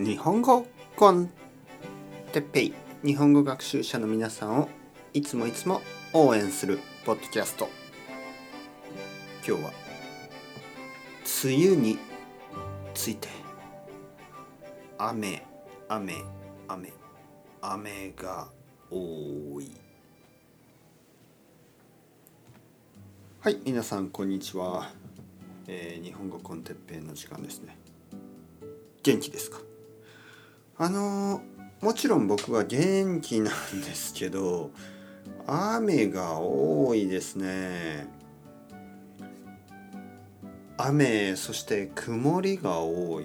日本語コンテッペイ、日本語学習者の皆さんをいつも応援するポッドキャスト。今日は梅雨について。雨が多い。はい、皆さんこんにちは。日本語コンテッペイの時間ですね。元気ですか？もちろん僕は元気なんですけど、雨が多いですね。雨、そして曇りが多い。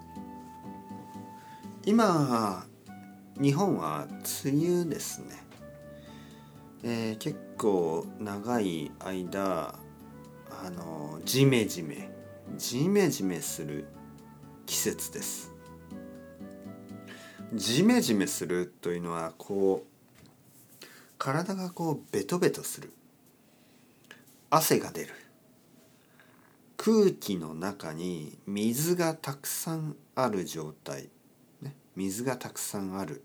今、日本は梅雨ですね。結構長い間、ジメジメする季節です。ジメジメするというのは体がベトベトする、汗が出る、空気の中に水がたくさんある状態、ね、水がたくさんある、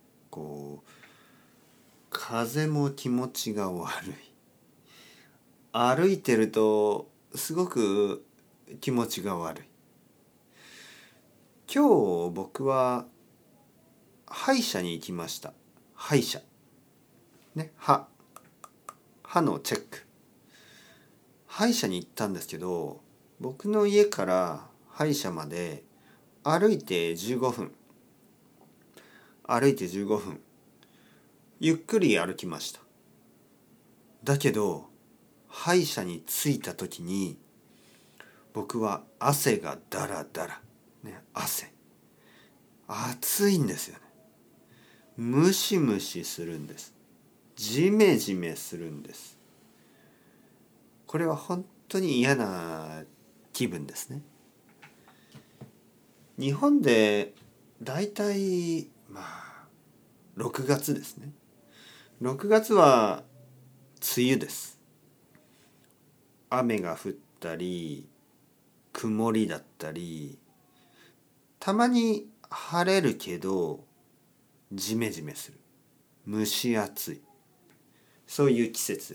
風も気持ちが悪い、歩いてるとすごく気持ちが悪い。今日僕は歯医者に行きました。歯医者ね、歯のチェック。歯医者に行ったんですけど、僕の家から歯医者まで歩いて15分ゆっくり歩きました。だけど歯医者に着いた時に僕は汗がダラダラ、ね、暑いんですよね。ムシムシするんです。ジメジメするんです。これは本当に嫌な気分ですね。日本でだいたい6月ですね。6月は梅雨です。雨が降ったり曇りだったり、たまに晴れるけどジメジメする、蒸し暑い、そういう季節です。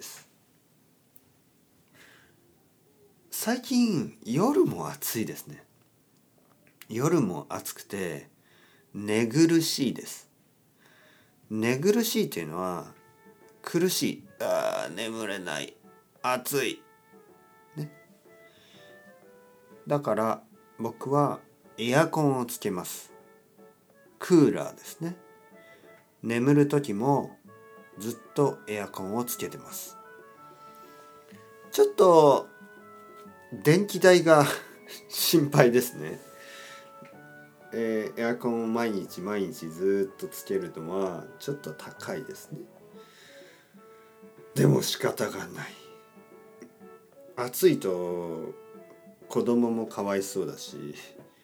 最近夜も暑いですね。夜も暑くて寝苦しいです。寝苦しいというのは苦しい、眠れない、暑い、ね、だから僕はエアコンをつけます。クーラーですね。眠る時もずっとエアコンをつけてます。ちょっと電気代が心配ですね。エアコンを毎日ずっとつけるのはちょっと高いですね。でも仕方がない。暑いと子供もかわいそうだし、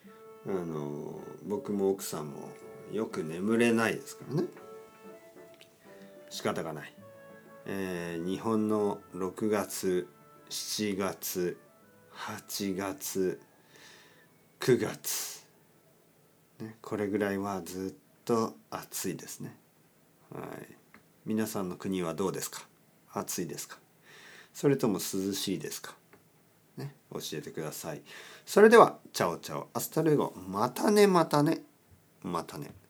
僕も奥さんもよく眠れないですからね。仕方がない。日本の6月、7月、8月、9月、ね、これぐらいはずっと暑いですね。はい。皆さんの国はどうですか？暑いですか？それとも涼しいですか？ね、教えてください。それではチャオチャオアスタルエゴ、またね。